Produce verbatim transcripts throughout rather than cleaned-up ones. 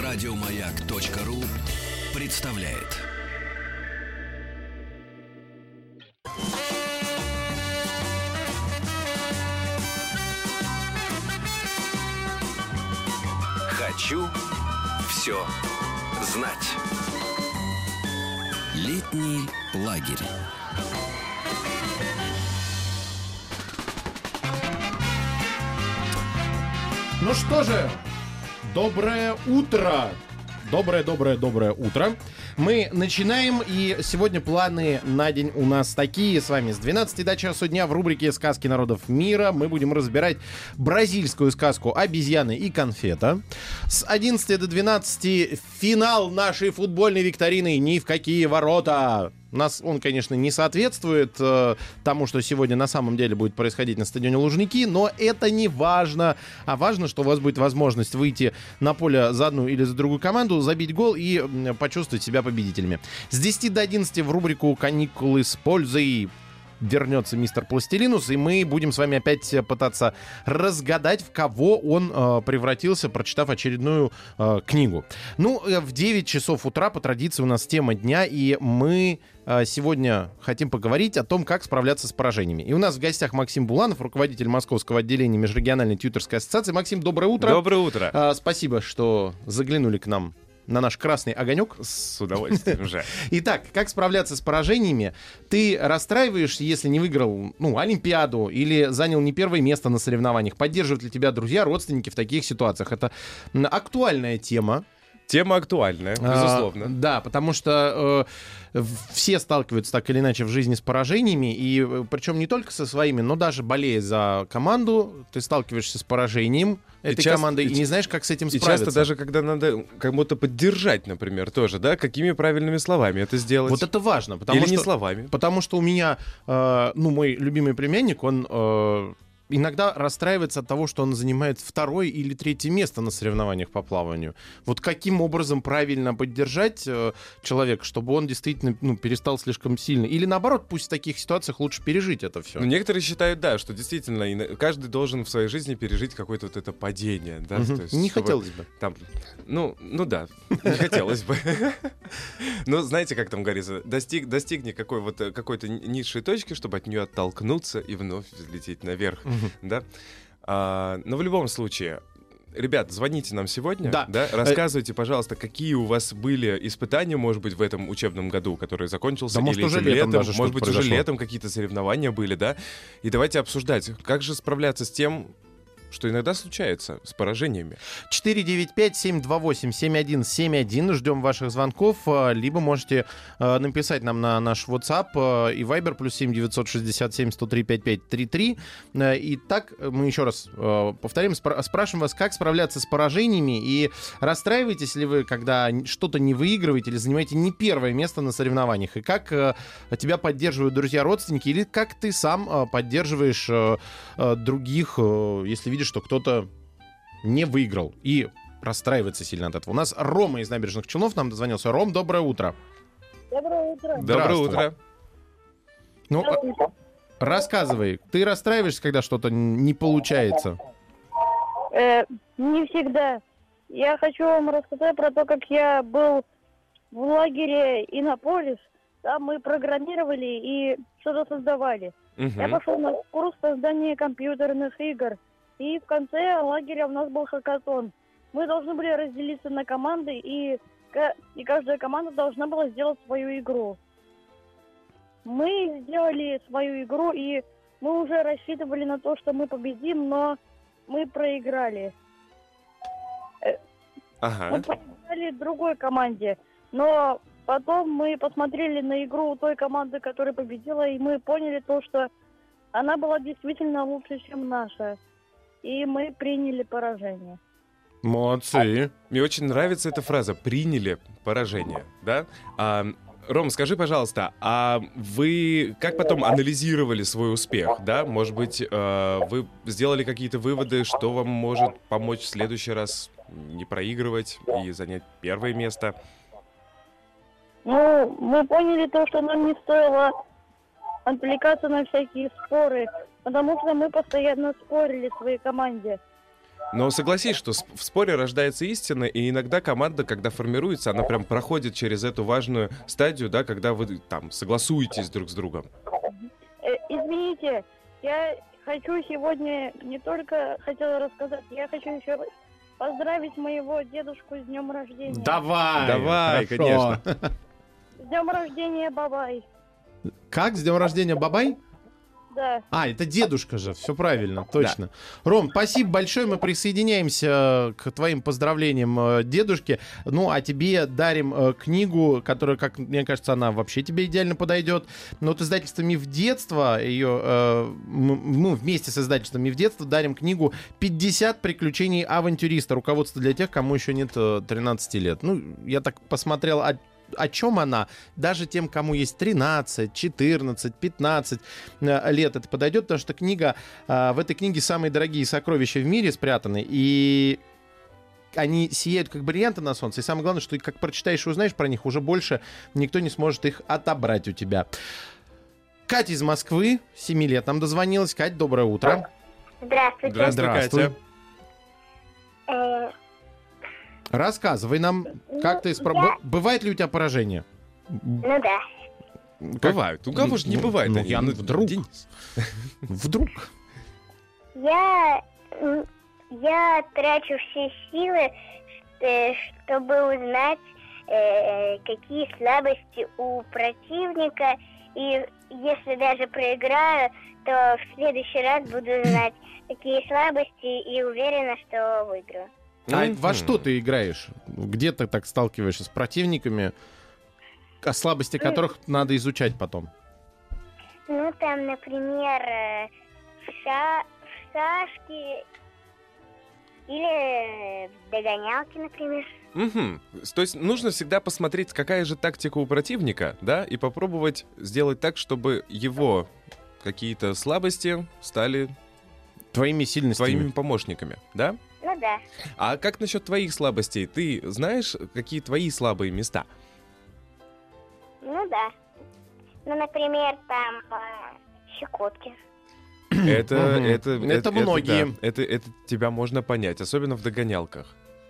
Радиомаяк.ру представляет. Хочу все знать. Летний лагерь. Ну что же, доброе утро. Доброе-доброе-доброе утро. Мы начинаем, и сегодня планы на день у нас такие. С вами с двенадцати до часу дня в рубрике «Сказки народов мира» мы будем разбирать бразильскую сказку «Обезьяны и конфета». С одиннадцати до двенадцати финал нашей футбольной викторины «Ни в какие ворота». Нас он, конечно, не соответствует э, тому, что сегодня на самом деле будет происходить на стадионе Лужники, но это не важно. А важно, что у вас будет возможность выйти на поле за одну или за другую команду, забить гол и э, почувствовать себя победителями. С десяти до одиннадцати в рубрику «Каникулы с пользой» вернется мистер Пластилинус, и мы будем с вами опять пытаться разгадать, в кого он э, превратился, прочитав очередную э, книгу. Ну, э, в девять часов утра по традиции у нас тема дня, и мы э, сегодня хотим поговорить о том, как справляться с поражениями. И у нас в гостях Максим Буланов, руководитель Московского отделения Межрегиональной тьюторской ассоциации. Максим, доброе утро. Доброе утро. Э, спасибо, что заглянули к нам на наш красный огонек. С удовольствием уже. Итак, как справляться с поражениями? Ты расстраиваешься, если не выиграл, ну, Олимпиаду или занял не первое место на соревнованиях? Поддерживают ли тебя друзья, родственники в таких ситуациях? Это актуальная тема. Тема актуальная, безусловно. А, да, потому что э, все сталкиваются так или иначе в жизни с поражениями, и э, причем не только со своими, но даже болея за команду, ты сталкиваешься с поражением И этой часто, команды и, и не знаешь, как с этим И справиться. часто даже, когда надо кому-то поддержать, например, тоже, да, какими правильными словами это сделать. Вот это важно, потому Или что... не словами. Потому что у меня, э, ну, мой любимый племянник, он... Э, иногда расстраивается от того, что он занимает второе или третье место на соревнованиях по плаванию. Вот каким образом правильно поддержать э, человека, чтобы он действительно, ну, перестал слишком сильно? Или наоборот, пусть в таких ситуациях лучше пережить это все? Ну, некоторые считают, да, что действительно каждый должен в своей жизни пережить какое-то вот это падение. Да? Угу. То есть, не чтобы, хотелось бы. Там, ну, ну да, не хотелось бы. Но знаете, как там говорится, достиг, достигни какой вот, какой-то низшей точки, чтобы от нее оттолкнуться и вновь взлететь наверх. Да? А, но в любом случае, ребят, звоните нам сегодня, да. Да? Рассказывайте, пожалуйста, какие у вас были испытания, может быть, в этом учебном году, который закончился, да, или может, уже летом, летом даже может быть, произошло. уже летом какие-то соревнования были, да? И давайте обсуждать, как же справляться с тем, что иногда случается с поражениями. четыре девять пять семь два восемь семь один семь один. Ждем ваших звонков. Либо можете э, написать нам на наш WhatsApp э, и Viber плюс семь девятьсот шестьдесят семь сто три пятьдесят пять тридцать три. Э, и так мы еще раз э, повторим, спра- спрашиваем вас, как справляться с поражениями, и расстраиваетесь ли вы, когда что-то не выигрываете или занимаете не первое место на соревнованиях, и как э, тебя поддерживают друзья, родственники, или как ты сам э, поддерживаешь э, э, других, э, если видишь, что кто-то не выиграл и расстраивается сильно от этого. У нас Рома из Набережных Челнов нам дозвонился. Ром, доброе утро. Доброе утро. Доброе утро. Ну, рассказывай, ты расстраиваешься, когда что-то не получается? Э, не всегда. Я хочу вам рассказать про то, как я был в лагере Иннополис. Там мы программировали и что-то создавали. Угу. Я пошел на курс создания компьютерных игр. И в конце лагеря у нас был хакатон. Мы должны были разделиться на команды, и, и каждая команда должна была сделать свою игру. Мы сделали свою игру, и мы уже рассчитывали на то, что мы победим, но мы проиграли. Ага. Мы проиграли другой команде, но потом мы посмотрели на игру той команды, которая победила, и мы поняли то, что она была действительно лучше, чем наша. И мы приняли поражение. Молодцы. Мне очень нравится эта фраза «приняли поражение», да? А, Ром, скажи, пожалуйста, а вы как потом анализировали свой успех, да? Может быть, э, вы сделали какие-то выводы, что вам может помочь в следующий раз не проигрывать и занять первое место? Ну, мы поняли то, что нам не стоило отвлекаться на всякие споры, потому что мы постоянно спорили в своей команде. Но согласись, что с- в споре рождается истина, и иногда команда, когда формируется, она прям проходит через эту важную стадию, да, когда вы там согласуетесь друг с другом. Э, извините, я хочу сегодня не только хотела рассказать, я хочу еще поздравить моего дедушку с днем рождения. Давай! Давай, хорошо. конечно. С днем рождения, бабай. Как? С днем рождения, Бабай? Да. А, это дедушка же, все правильно, точно. Ром, спасибо большое, мы присоединяемся к твоим поздравлениям э, дедушке. Ну, а тебе дарим э, книгу, которая, как мне кажется, она вообще тебе идеально подойдет. Но вот издательство «Миф детства», ее, э, м- мы вместе с издательством «Миф детства» дарим книгу «пятьдесят приключений авантюриста». Руководство для тех, кому еще нет э, тринадцати лет. Ну, я так посмотрел, о о чем она, даже тем, кому есть тринадцать, четырнадцать, пятнадцать э, лет, это подойдет, потому что книга, э, в этой книге самые дорогие сокровища в мире спрятаны, и они сияют как бриллианты на солнце, и самое главное, что как прочитаешь и узнаешь про них, уже больше никто не сможет их отобрать у тебя. Катя из Москвы, семи лет, нам дозвонилась. Кать, доброе утро. Здравствуйте. Здравствуй, Здравствуй. Катя. Э, Рассказывай нам, как ты... Спро... Я- Б- Бывает ли у тебя поражение? Ну да. Как- Бывают. У кого же не Ну, бывает? ну, они? я вдруг. Денис. Вдруг? Я, м, я трачу все силы, э, чтобы узнать, э, какие слабости у противника. И если даже проиграю, то в следующий раз буду знать, какие слабости, и уверена, что выиграю. А Мгм. во что ты играешь? Где ты так сталкиваешься с противниками, о слабости которых надо изучать потом? Ну, там, например, э, в, ша- в шашки или э, в догонялки, например. Мгм. То есть нужно всегда посмотреть, какая же тактика у противника, да, и попробовать сделать так, чтобы его какие-то слабости стали Твоими сильностями. твоими помощниками, да? Ну да. А как насчет твоих слабостей? Ты знаешь, какие твои слабые места? Ну да. Ну, например, там э, щекотки. Это, Мгм. это, Это многие. да, это, это тебя можно понять, особенно в догонялках.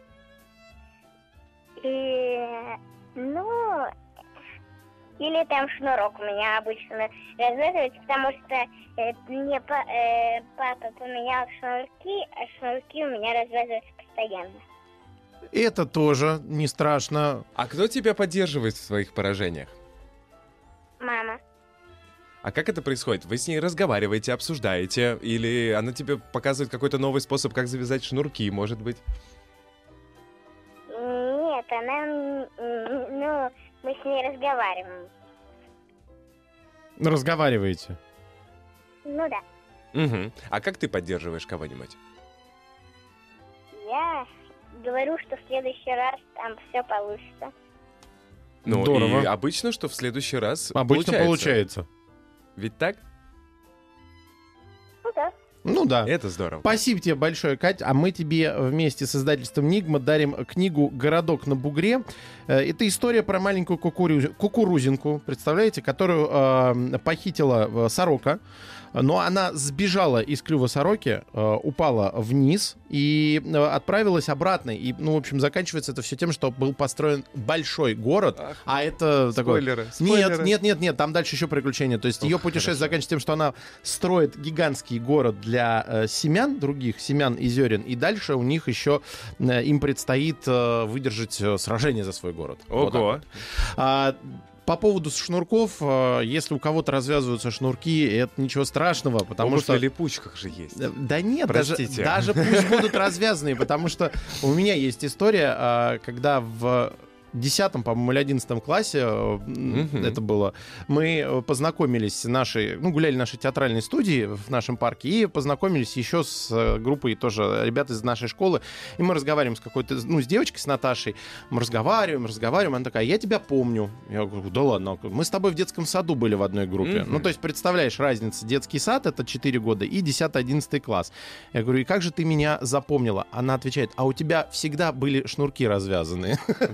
И, ну, или там шнурок у меня обычно развязывается, потому что э, мне па- э, папа поменял шнурки, а шнурки у меня развязываются постоянно. Это тоже не страшно. А кто тебя поддерживает в твоих поражениях? Мама. А как это происходит? Вы с ней разговариваете, обсуждаете? Или она тебе показывает какой-то новый способ, как завязать шнурки, может быть? Нет, она, м, м, ну, мы с ней разговариваем. Разговариваете. Ну да. Угу. А как ты поддерживаешь кого-нибудь? Я говорю, что в следующий раз там все получится. Ну, Здорово. и обычно, что в следующий раз Обычно получается. Ведь так? Ну да. Ну да. Это здорово. Спасибо тебе большое, Кать. А мы тебе вместе с издательством «Нигма» дарим книгу «Городок на бугре». Э, Это история про маленькую кукурю- кукурузинку, представляете, которую э, похитила э, сорока. Но она сбежала из клюва сороки, э, упала вниз и э, отправилась обратно. И, ну, в общем, заканчивается это все тем, что был построен большой город. Ах, А это такой... Спойлеры, Нет, спойлеры. нет, нет, нет, там дальше еще приключения. То есть ее Ух, путешествие хорошо. заканчивается тем, что она строит гигантский город для э, семян, других семян и зерен, и дальше у них еще э, им предстоит э, выдержать э, сражение за свой город. Вот так Ого. вот. А, по поводу шнурков, э, если у кого-то развязываются шнурки, это ничего страшного, потому Обувь что... на липучках же есть. Э, Да нет, даже, Простите. даже пусть будут развязанные, потому что у меня есть история, а, когда в десятом, по-моему, или одиннадцатом классе, э, Мгм. это было, мы э, познакомились с нашей, ну, гуляли в нашей театральной студии в нашем парке и познакомились еще с э, группой тоже ребят из нашей школы, и мы разговариваем с какой-то, ну, с девочкой, с Наташей, мы разговариваем, разговариваем, она такая: я тебя помню. Я говорю: да ладно, мы с тобой в детском саду были в одной группе. Мгм. Ну, то есть, представляешь, разница, детский сад — это четыре года, и десятый-одиннадцатый класс. Я говорю: и как же ты меня запомнила? Она отвечает: а у тебя всегда были шнурки развязанные. Вот видите,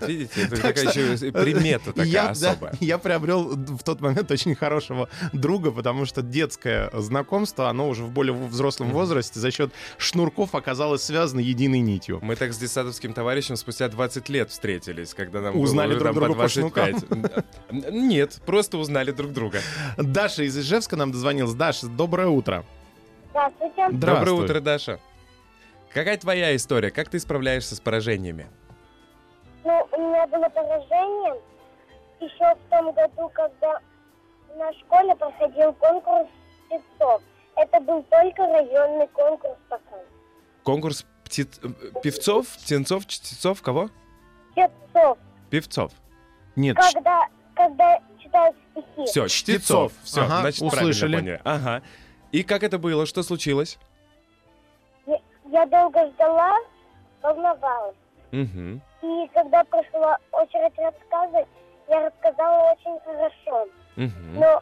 Это такая еще примета такая я, особая. Да, я приобрел в тот момент очень хорошего друга, потому что детское знакомство, оно уже в более взрослом возрасте за счет шнурков оказалось связано единой нитью. Мы так с детсадовским товарищем спустя двадцать лет встретились, когда нам Узнали было друг там друга по по шнуркам? двадцать пять. Нет, просто узнали друг друга. Даша из Ижевска нам дозвонилась. Даша, доброе утро. Здравствуйте. Доброе Здравствуй. утро, Даша. Какая твоя история? Как ты справляешься с поражениями? Ну, у меня было поражение еще в том году, когда на школе проходил конкурс певцов. Это был только районный конкурс пока. Конкурс пти- певцов, птенцов, чтецов, кого? Певцов. Певцов. Нет, ш- Когда, когда читают стихи. Все, Чтецов. чтецов. Все, Ага, значит, услышали. правильно поняли. Ага. И как это было? Что случилось? Я, я долго ждала, волновалась. Угу. И когда пришла очередь рассказывать, я рассказала очень хорошо. Угу. Но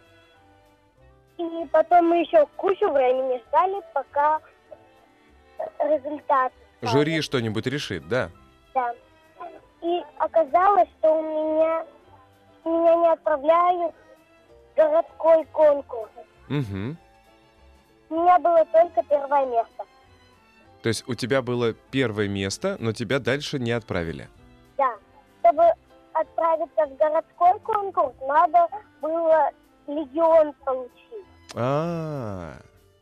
и потом мы еще кучу времени ждали, пока результат. скажут. Жюри что-нибудь решит, да? Да. И оказалось, что у меня меня не отправляют в городской конкурс. Угу. У меня было только первое место. То есть у тебя было первое место, но тебя дальше не отправили. Да. Чтобы отправиться в городской конкурс, надо было легион получить. А.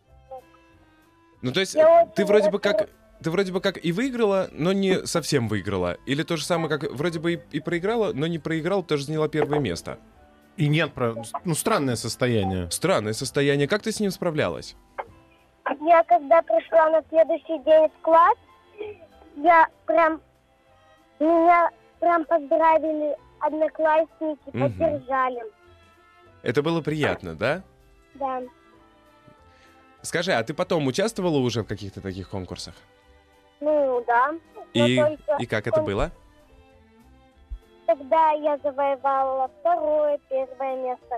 Ну, то есть Я ты очень вроде бы рада. как ты вроде бы как и выиграла, но не совсем выиграла. Или то же самое, как вроде бы и, и проиграла, но не проиграла, тоже заняла первое место. и нет, про- ну, странное состояние. Странное состояние. Как ты с ним справлялась? Я когда пришла на следующий день в класс, я прям меня прям поздравили одноклассники, Мгм. поддержали. Это было приятно, да? Да. Скажи, а ты потом участвовала уже в каких-то таких конкурсах? Ну да. Но И, только и как это кон- было? Тогда я завоевала второе, первое место.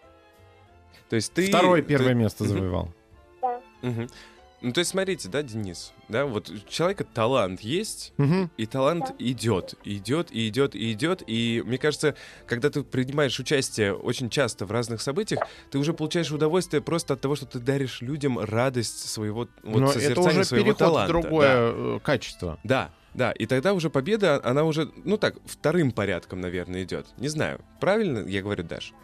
То есть ты... Второе ты- первое место Мгм. завоевал. Да. Мгм. Ну, то есть, смотрите, да, Денис, да, вот у человека талант есть, Мгм. и талант Да. идет, идет, и идет, и идет. И мне кажется, когда ты принимаешь участие очень часто в разных событиях, ты уже получаешь удовольствие просто от того, что ты даришь людям радость своего вот, Но это созерцания уже своего переход таланта. в другое э, качество. Да. Да, да, и тогда уже победа, она уже, ну так, вторым порядком, наверное, идет. Не знаю, правильно я говорю, Даш?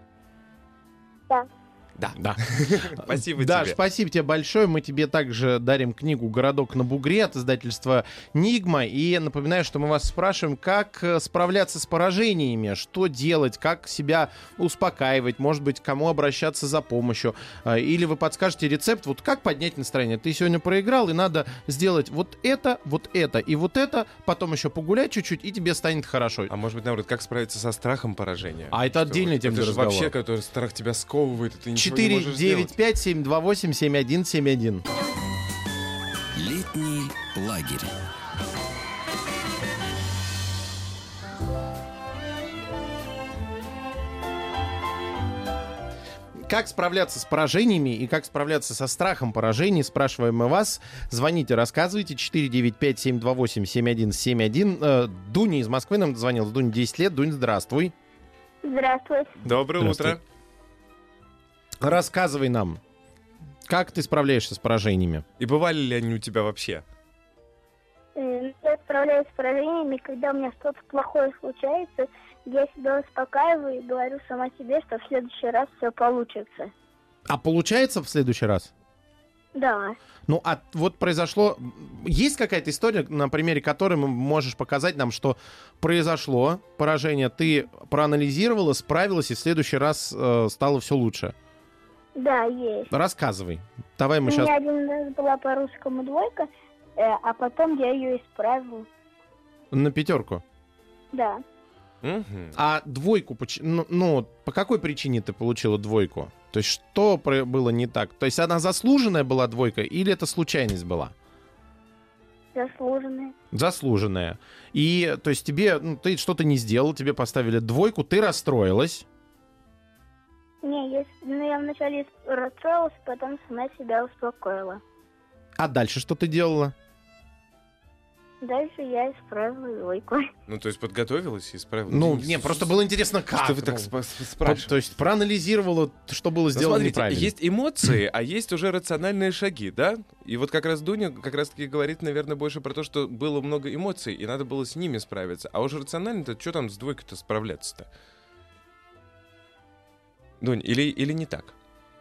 Да. Да. Да. Спасибо Даш, тебе. спасибо тебе большое. Мы тебе также дарим книгу «Городок на бугре» от издательства «Нигма». И напоминаю, что мы вас спрашиваем, как э, справляться с поражениями, что делать, как себя успокаивать, может быть, к кому обращаться за помощью. Э, Или вы подскажете рецепт, вот как поднять настроение. Ты сегодня проиграл, и надо сделать вот это, вот это и вот это, потом еще погулять чуть-чуть, и тебе станет хорошо. А может быть, наоборот, как справиться со страхом поражения? А это Что отдельная вот- тема Это для же разговора. вообще, который страх тебя сковывает, и ты ничего не четыре можешь девять сделать. пять семь два восемь семь один семь один. Летний лагерь. Как справляться с поражениями и как справляться со страхом поражений, спрашиваем мы вас. Звоните, рассказывайте. четыре девять пять семь два восемь семь один семь один. Э, Дуня из Москвы нам дозвонилась. Дуня, десять лет. Дунь, здравствуй. Здравствуй. Доброе Здравствуй. утро. Рассказывай нам, как ты справляешься с поражениями? И бывали ли они у тебя вообще? М, Я справляюсь с поражениями, когда у меня что-то плохое случается, я себя успокаиваю и говорю сама себе, что в следующий раз все получится. А получается в следующий раз? Да. Ну, а вот произошло... Есть какая-то история, на примере которой мы можешь показать нам, что произошло поражение, ты проанализировала, справилась, и в следующий раз э, стало все лучше? Да, есть. Рассказывай. Давай мы У сейчас... меня один раз была по русскому двойка, э, а потом я ее исправила. На пятерку. Да. Мгм. А двойку, поч- ну, ну, по какой причине ты получила двойку? То есть что про- было не так? То есть она заслуженная была двойка или это случайность была? Заслуженная. Заслуженная. И, то есть тебе, ну, ты что-то не сделал, тебе поставили двойку, ты расстроилась. Не, я, с- ну, я вначале расстроилась, потом сама себя успокоила. А дальше что ты делала? Дальше я исправила двойку. Ну, то есть подготовилась и исправила? Ну, Денис, не, просто было интересно, как. Что вы так ну, спа- по- спрашиваете? То есть проанализировала, что было Ну, сделано смотрите, неправильно. есть эмоции, а есть уже рациональные шаги, да? И вот как раз Дуня как раз-таки говорит, наверное, больше про то, что было много эмоций, и надо было с ними справиться. А уже рационально-то что там с двойкой-то справляться-то? Дунь, или, или не так?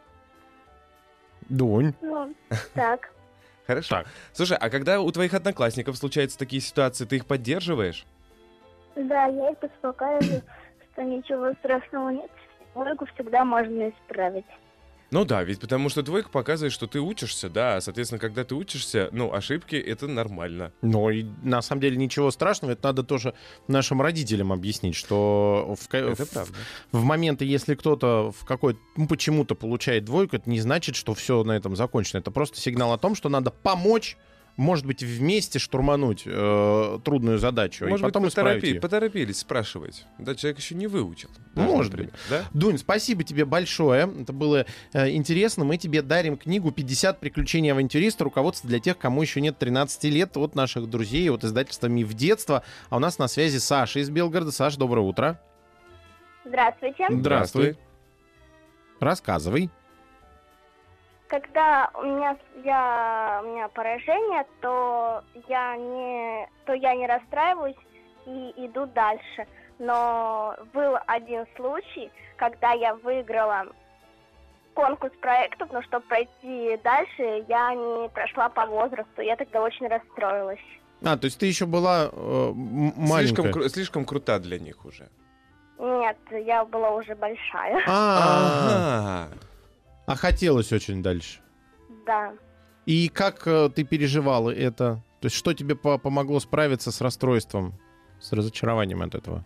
Дунь. Ну, так. Хорошо. Так. Слушай, а когда у твоих одноклассников случаются такие ситуации, ты их поддерживаешь? Да, я их успокаиваю, что ничего страшного нет. Двойку всегда можно исправить. Ну да, ведь потому что двойка показывает, что ты учишься, да, а, соответственно, когда ты учишься, ну, ошибки — это нормально. Ну, и на самом деле ничего страшного, это надо тоже нашим родителям объяснить, что в, ка- Это в- правда. в моменты, если кто-то в какой ну, почему-то получает двойку, это не значит, что все на этом закончено. Это просто сигнал о том, что надо помочь, может быть, вместе штурмануть э, трудную задачу, Может и потом быть, исправить поторопи- ее. поторопились спрашивать. Да, человек еще не выучил. даже, Может например, да? Дунь, спасибо тебе большое. Это было э, интересно. Мы тебе дарим книгу «пятьдесят приключений авантюриста. Руководство для тех, кому еще нет тринадцати лет» от наших друзей, от издательства «Миф детства». А у нас на связи Саша из Белгорода. Саш, доброе утро. Здравствуйте. Здравствуй. Рассказывай. Когда у меня, я, у меня поражение, то я не, то я не расстраиваюсь и иду дальше. Но был один случай, когда я выиграла конкурс проектов, но чтобы пройти дальше, я не прошла по возрасту. Я тогда очень расстроилась. А, то есть ты еще была э, м- маленькая. Слишком, кру- слишком крута для них уже. Нет, я была уже большая. А, Ага. а хотелось очень дальше. Да. И как э, ты переживала это? То есть что тебе по- помогло справиться с расстройством, с разочарованием от этого?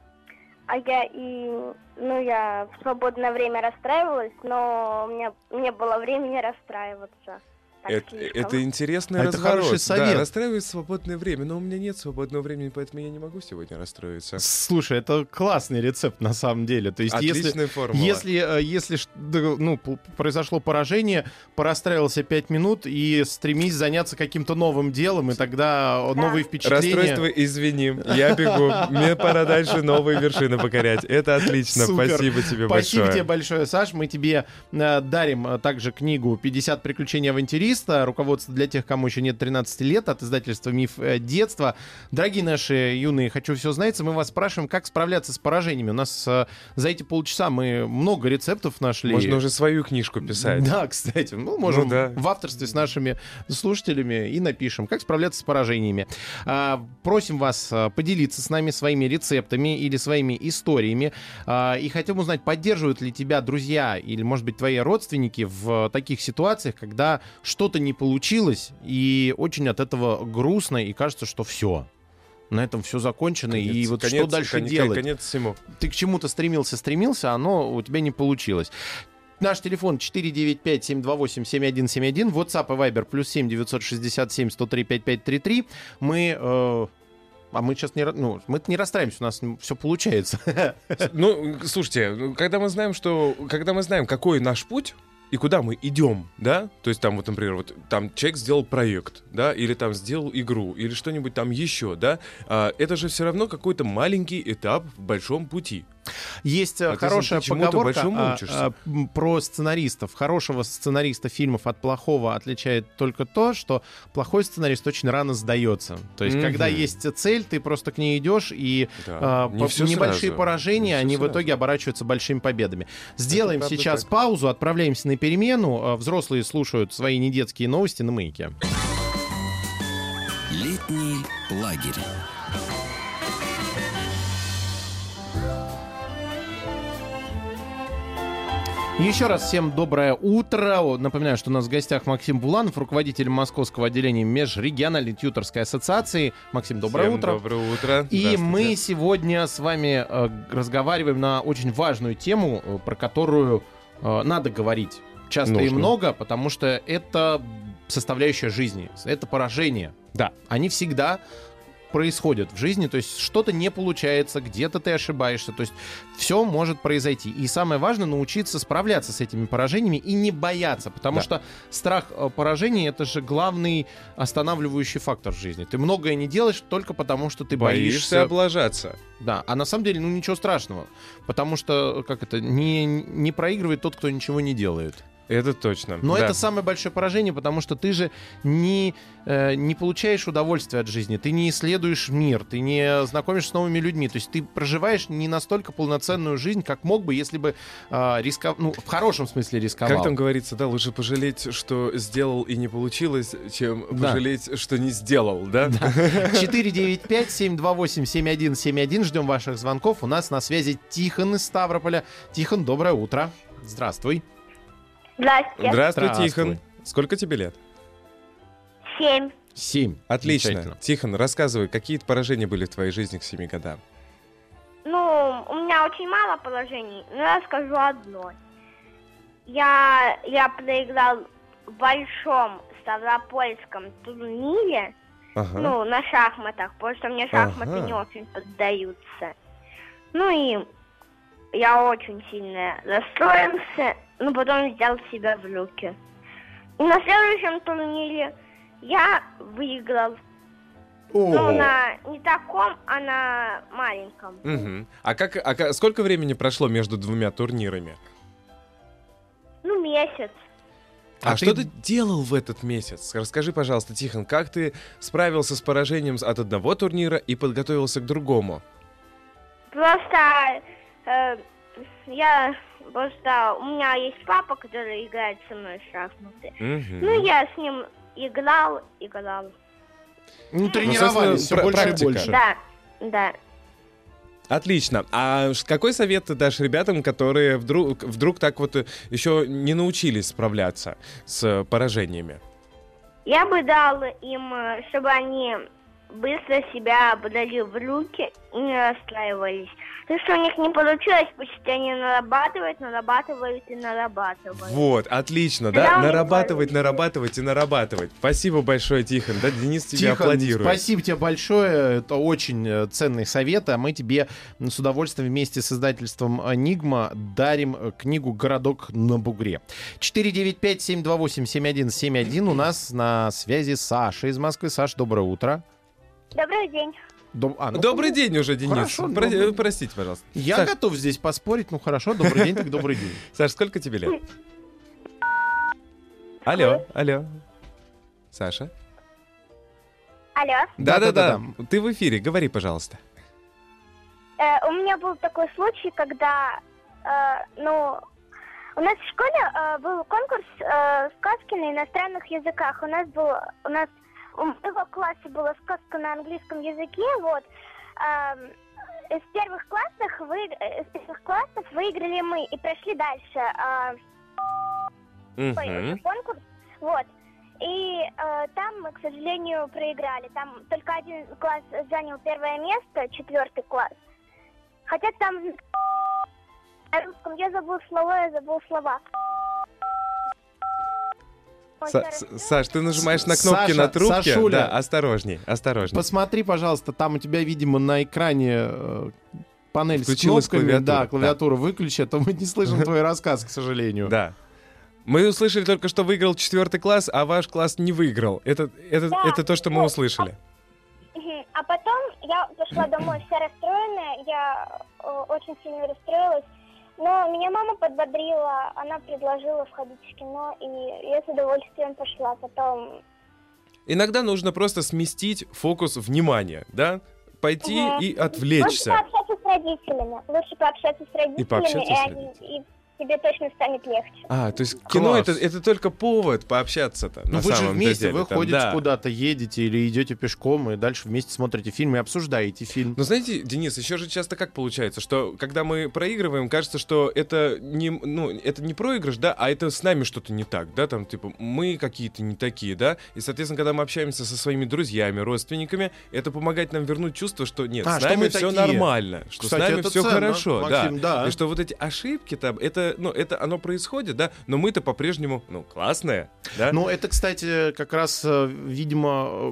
А я и, ну, я в свободное время расстраивалась, но у меня не было времени расстраиваться. Так Это, слишком. это интересный А это разворот. хороший совет. Да, расстраиваюсь в свободное время, но у меня нет свободного времени, поэтому я не могу сегодня расстроиться. Слушай, это классный рецепт на самом деле. То есть если... Отличная формула. Если, э, если ш- да, ну, п- произошло поражение, порастраивался пять минут и стремись заняться каким-то новым делом, и тогда новые впечатления... Расстройство извини, я бегу, мне пора дальше новые вершины покорять. Это отлично, Супер. спасибо тебе Спасибо большое. тебе большое, Саш. Мы тебе э, дарим э, также книгу «пятьдесят приключений авантюриста. Руководство для тех, кому еще нет тринадцати лет» от издательства «Миф э, детства». Дорогие наши юные «Хочу все знать», мы вас спрашиваем, как справляться с поражениями. У нас э, за эти полчаса мы много рецептов нашли. Можно уже свою книжку писать. Да, кстати. Ну, можем Ну да. в авторстве с нашими слушателями и напишем, как справляться с поражениями. А, просим вас а, поделиться с нами своими рецептами или своими историями. А, и хотим узнать, поддерживают ли тебя друзья или, может быть, твои родственники в таких ситуациях, когда что-то не получилось, и очень от этого грустно, и кажется, что все. На этом все закончено, и Конец- вот конец- что дальше кон- делать? Конец всему. Ты к чему-то стремился, стремился, а оно у тебя не получилось. Наш телефон четыре девять пять семь два восемь семь один семь один, WhatsApp и Viber плюс семь девятьсот шестьдесят семь сто три пятьдесят пять тридцать три. Мы... э, а мы сейчас не, ра- ну, мы не расстраиваемся, у нас все получается. Ну, слушайте, ну, когда мы знаем, что, когда мы знаем, какой наш путь и куда мы идем, да, то есть там вот, например, вот там человек сделал проект, да, или там сделал игру, или что-нибудь там еще, да, а, это же все равно какой-то маленький этап в большом пути. Есть э, А ты хорошая чему-то поговорка большому а, учишься. а, м, про сценаристов. Хорошего сценариста фильмов от плохого отличает только то, что плохой сценарист очень рано сдается. То есть, Мгм. когда есть цель, ты просто к ней идешь, и Да, а, не по- всё небольшие сразу, поражения, не всё они в сразу. итоге оборачиваются большими победами. Сделаем правда сейчас так. паузу, отправляемся на перемену. А, Взрослые слушают свои недетские новости на Маяке. Летний лагерь. Еще раз всем доброе утро. О, Напоминаю, что у нас в гостях Максим Буланов, руководитель Московского отделения Межрегиональной тьюторской ассоциации. Максим, доброе Всем утро. Доброе утро. И Здравствуйте. мы сегодня с вами э, разговариваем на очень важную тему, э, про которую э, надо говорить часто и Нужно. много, потому что это составляющая жизни, это поражение. Да. Они всегда происходят в жизни, то есть что-то не получается, где-то ты ошибаешься, то есть все может произойти. И самое важное — научиться справляться с этими поражениями и не бояться, потому Да. что страх э, поражения — это же главный останавливающий фактор в жизни. Ты многое не делаешь только потому, что ты Боишься боишься. облажаться. Да, а на самом деле, ну ничего страшного, потому что, как это, не, не проигрывает тот, кто ничего не делает. Это точно. Но да. это самое большое поражение, потому что ты же не, э, не получаешь удовольствия от жизни, ты не исследуешь мир, ты не знакомишься с новыми людьми. То есть ты проживаешь не настолько полноценную жизнь, как мог бы, если бы э, рисковал, ну, в хорошем смысле рисковал. Как там говорится, да, лучше пожалеть, что сделал и не получилось, чем Да. пожалеть, что не сделал, да? четыре девять пять семь два восемь семь один семь один. Ждем ваших звонков. У нас на связи Тихон из Ставрополя. Тихон, доброе утро. Здравствуй. Здравствуйте. Здравствуй, Здравствуй. Тихон. Сколько тебе лет? Семь. Семь. Отлично. Замечательно. Тихон, рассказывай, какие поражения были в твоей жизни к семи годам? Ну, у меня очень мало положений, но я скажу одно. Я, я проиграл в большом ставропольском турнире, Ага. ну, на шахматах, потому что мне шахматы Ага. не очень поддаются. Ну и я очень сильно расстроился, но потом взял себя в руки. И на следующем турнире я выиграл. Ну, на не таком, а на маленьком. Мгм. А как, а ка- сколько времени прошло между двумя турнирами? Ну, месяц. А, А что ты- ты делал в этот месяц? Расскажи, пожалуйста, Тихон, как ты справился с поражением от одного турнира и подготовился к другому? Просто э, я просто у меня есть папа, который играет со мной в шахматы. Мгм. Ну, я с ним играл, играл. Ну, тренировались все собственно, больше практика. и больше. Да, да. Отлично. А ш- какой совет ты дашь ребятам, которые вдруг, вдруг так вот еще не научились справляться с э, поражениями? Я бы дал им, э, чтобы они быстро себя брали в руки и не расстраивались. Если у них не получилось, пусть они нарабатывают, нарабатывают и нарабатывают. Вот, отлично, Да, да? у них Нарабатывать, получится. нарабатывать и нарабатывать. Спасибо большое, Тихон. Да, Денис тебе Тихон, аплодирует. спасибо тебе большое. Это очень э, ценный совет. А мы тебе м, с удовольствием вместе с издательством «Энигма» дарим э, книгу «Городок на бугре». четыре девять пять семь два восемь семь один семь один. У нас на связи Саша из Москвы. Саш, доброе утро. Добрый день. Доб- а, ну, Добрый день уже, Денис. Хорошо, Про- добрый. Простите, пожалуйста. Я Саш, готов здесь поспорить. Ну хорошо, добрый день, так добрый день. Саш, сколько тебе лет? Алло, алло. Саша? Алло. Да-да-да. Ты в эфире, говори, пожалуйста. Э, у меня был такой случай, когда, э, ну, у нас в школе э, был конкурс э, сказки на иностранных языках. У нас был, у нас у моего класса была сказка на английском языке, вот. Эм, из первых классов вы, из первых классов выиграли мы и прошли дальше э, ой, Мгм. конкурс, вот. И э, там мы, к сожалению, проиграли. Там только один класс занял первое место, четвертый класс. Хотя там на русском я забыл слова, я забыл слова. Ой, Са- я С- расстроилась. Саш, ты нажимаешь на кнопки Саша, на трубке. Сашуля. Да, осторожней, осторожней. Посмотри, пожалуйста, там у тебя, видимо, на экране э, панель Включилась с кнопками. клавиатура, Да, клавиатуру выключи, а то мы не слышим твой рассказ, к сожалению. Да. Мы услышали только, что выиграл четвертый класс, а ваш класс не выиграл. Это, это, Да. это то, что мы услышали. Мгм. А потом я пришла домой вся расстроенная, я э, очень сильно расстроилась. Но меня мама подбодрила, она предложила сходить в кино, и я с удовольствием пошла. Потом Иногда нужно просто сместить фокус внимания, да? Пойти Мгм. и лучше отвлечься. пообщаться с родителями. Лучше пообщаться с родителями, пообщаться с они- и тебе точно станет легче. А, то есть кино Класс. это, это только повод пообщаться-то, Ну на вы же самом вместе, деле. вы там, ходите да. куда-то, едете или идете пешком, и дальше вместе смотрите фильм и обсуждаете фильм. Но знаете, Денис, еще же часто как получается, что когда мы проигрываем, кажется, что это не, ну, это не проигрыш, да, а это с нами что-то не так, да, там, типа, мы какие-то не такие, да, и, соответственно, когда мы общаемся со своими друзьями, родственниками, это помогает нам вернуть чувство, что нет, А, с что нами мы все такие. нормально, что Кстати, с нами это все ценно, хорошо, Максим, да. И что вот эти ошибки там, это, ну, это оно происходит, да, но мы-то по-прежнему, ну, классные, да. Ну, это, кстати, как раз, э, видимо, э,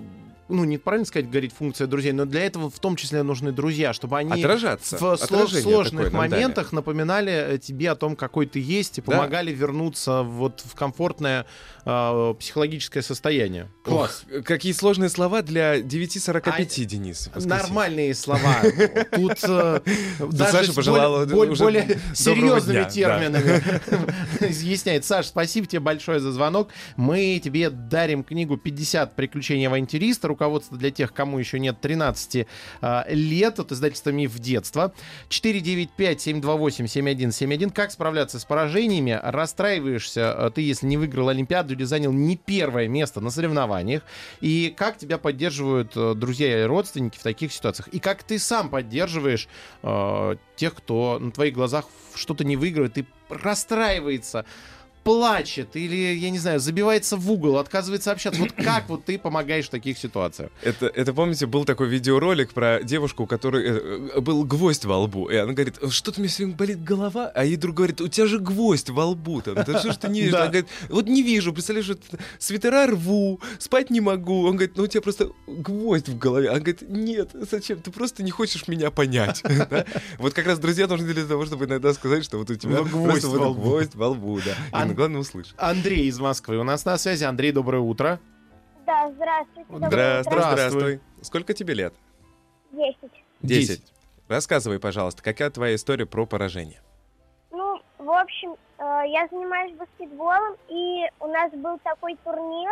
ну, неправильно сказать, говорить функция друзей, но для этого в том числе нужны друзья, чтобы они Отражаться. в сло- Отражение сложных такое нам моментах напоминали тебе о том, какой ты есть, и Да. помогали вернуться вот в комфортное э, психологическое состояние. Класс. Ох, какие сложные слова для девяти сорока пяти, Денис. воскресенье. Нормальные слова. Тут э, даже Саша с пожелала более, более- уже более доброго серьезными дня, да. терминами изъясняет. Саш, спасибо тебе большое за звонок. Мы тебе дарим книгу «пятьдесят приключений авантюриста», руководство для тех, кому еще нет тринадцати э, лет, от издательства «Миф детства». четыре девять пять семь два восемь семь один семь один. Как справляться с поражениями? Расстраиваешься э, ты, если не выиграл Олимпиаду или занял не первое место на соревнованиях? И как тебя поддерживают э, друзья и родственники в таких ситуациях? И как ты сам поддерживаешь э, тех, кто на твоих глазах что-то не выигрывает и расстраивается, плачет или, я не знаю, забивается в угол, отказывается общаться? Вот как вот ты помогаешь в таких ситуациях? Это, это, помните, был такой видеоролик про девушку, у которой э, был гвоздь во лбу. И она говорит, что-то мне все время болит голова. А ей друг говорит, у тебя же гвоздь во лбу. Там, да что ж ты не видишь? Да. Она говорит, вот не вижу, представляешь, вот свитера рву, спать не могу. Он говорит, ну у тебя просто гвоздь в голове. Она говорит, нет, зачем? Ты просто не хочешь меня понять. Да? Вот как раз друзья нужны для того, чтобы иногда сказать, что вот у тебя Ну, гвоздь просто во вот лбу. гвоздь во лбу. Да. А- И главное услышать. Андрей из Москвы у нас на связи. Андрей, доброе утро. Да, здравствуйте. доброе Здравствуй, утро. Здравствуй. здравствуй. Сколько тебе лет? Десять. Десять. Рассказывай, пожалуйста, какая твоя история про поражение? Ну, в общем, э, я занимаюсь баскетболом, и у нас был такой турнир,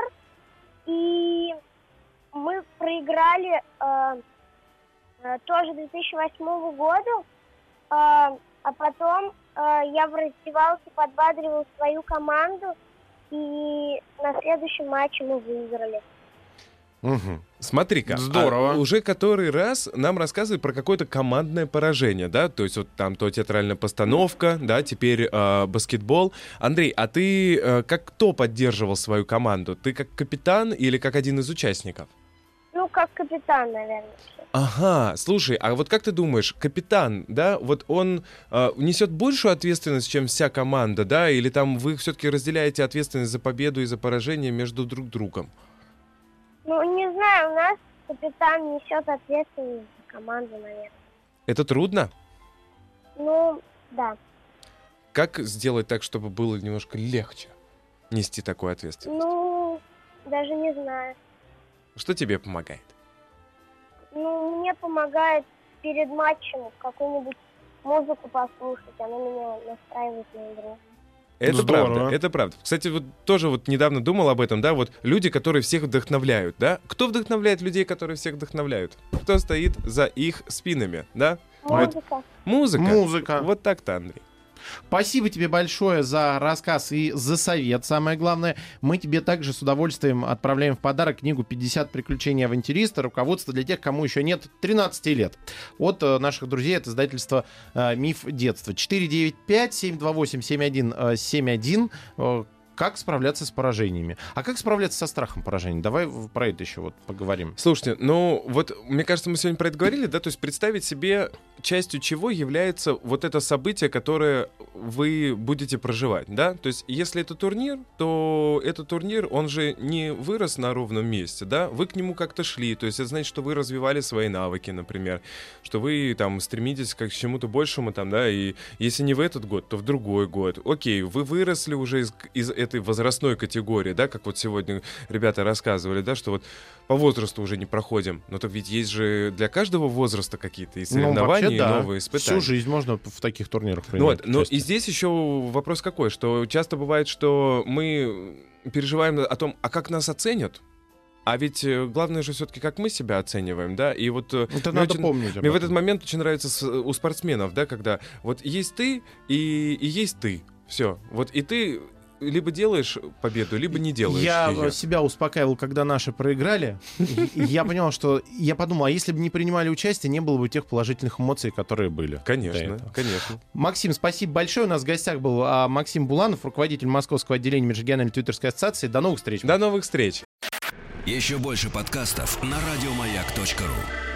и мы проиграли э, э, тоже две тысячи восьмому году, э, а потом э, я в раздевалке подбадривал свою команду, и на следующем матче мы выиграли. Мгм. Смотри-ка, Здорово. а уже который раз нам рассказывают про какое-то командное поражение, да? То есть вот там то театральная постановка, да, теперь э, баскетбол. Андрей, а ты э, как кто поддерживал свою команду? Ты как капитан или как один из участников? Ну, как капитан, наверное. Ага, слушай, а вот как ты думаешь, капитан, да, вот он э, несет большую ответственность, чем вся команда, да? Или там вы все-таки разделяете ответственность за победу и за поражение между друг другом? Ну, не знаю, у нас капитан несет ответственность за команду, наверное. Это трудно? Ну, да. Как сделать так, чтобы было немножко легче нести такую ответственность? Ну, даже не знаю. Что тебе помогает? Ну, мне помогает перед матчем какую-нибудь музыку послушать. Она меня настраивает на игру. Это Здорово. правда, это правда. Кстати, вот тоже вот недавно думал об этом, да, вот люди, которые всех вдохновляют, да? Кто вдохновляет людей, которые всех вдохновляют? Кто стоит за их спинами, да? Вот Музыка. музыка. Музыка. Вот так-то, Андрей. Спасибо тебе большое за рассказ и за совет, самое главное. Мы тебе также с удовольствием отправляем в подарок книгу «пятьдесят приключений авантюриста», руководство для тех, кому еще нет тринадцати лет. От э, наших друзей от издательства э, «Миф детства». четыре девять пять семь два восемь семь один семь один. Э, как справляться с поражениями? А как справляться со страхом поражений? Давай в- про это еще вот поговорим. Слушайте, ну вот, мне кажется, мы сегодня про это говорили, да, то есть представить себе, частью чего является вот это событие, которое вы будете проживать, да, то есть если это турнир, то этот турнир, он же не вырос на ровном месте, да, вы к нему как-то шли, то есть это значит, что вы развивали свои навыки, например, что вы там стремитесь как к чему-то большему, там, да, и если не в этот год, то в другой год, окей, вы выросли уже из, из этой возрастной категории, да, как вот сегодня ребята рассказывали, да, что вот по возрасту уже не проходим. Но так ведь есть же для каждого возраста какие-то и соревнования, вообще, и да. новые испытания. Всю жизнь можно в таких турнирах Ну, принимать вот, но и участие. здесь еще вопрос какой, что часто бывает, что мы переживаем о том, а как нас оценят? А ведь э, главное же все-таки, как мы себя оцениваем, да, и вот... э, Это мне надо очень- помнить об Мне в этом. этот момент очень нравится с- у спортсменов, да, когда вот есть ты и, и есть ты, все, вот и ты либо делаешь победу, либо не делаешь Я её. э, себя успокаивал, когда наши проиграли. И Я понял, что... Я подумал, а если бы не принимали участие, не было бы тех положительных эмоций, которые были. до Конечно, этого. конечно. Максим, спасибо большое. У нас в гостях был а, Максим Буланов, руководитель Московского отделения Межрегиональной твиттерской ассоциации. До новых встреч. До новых встреч. Еще больше подкастов на радиомаяк точка ру.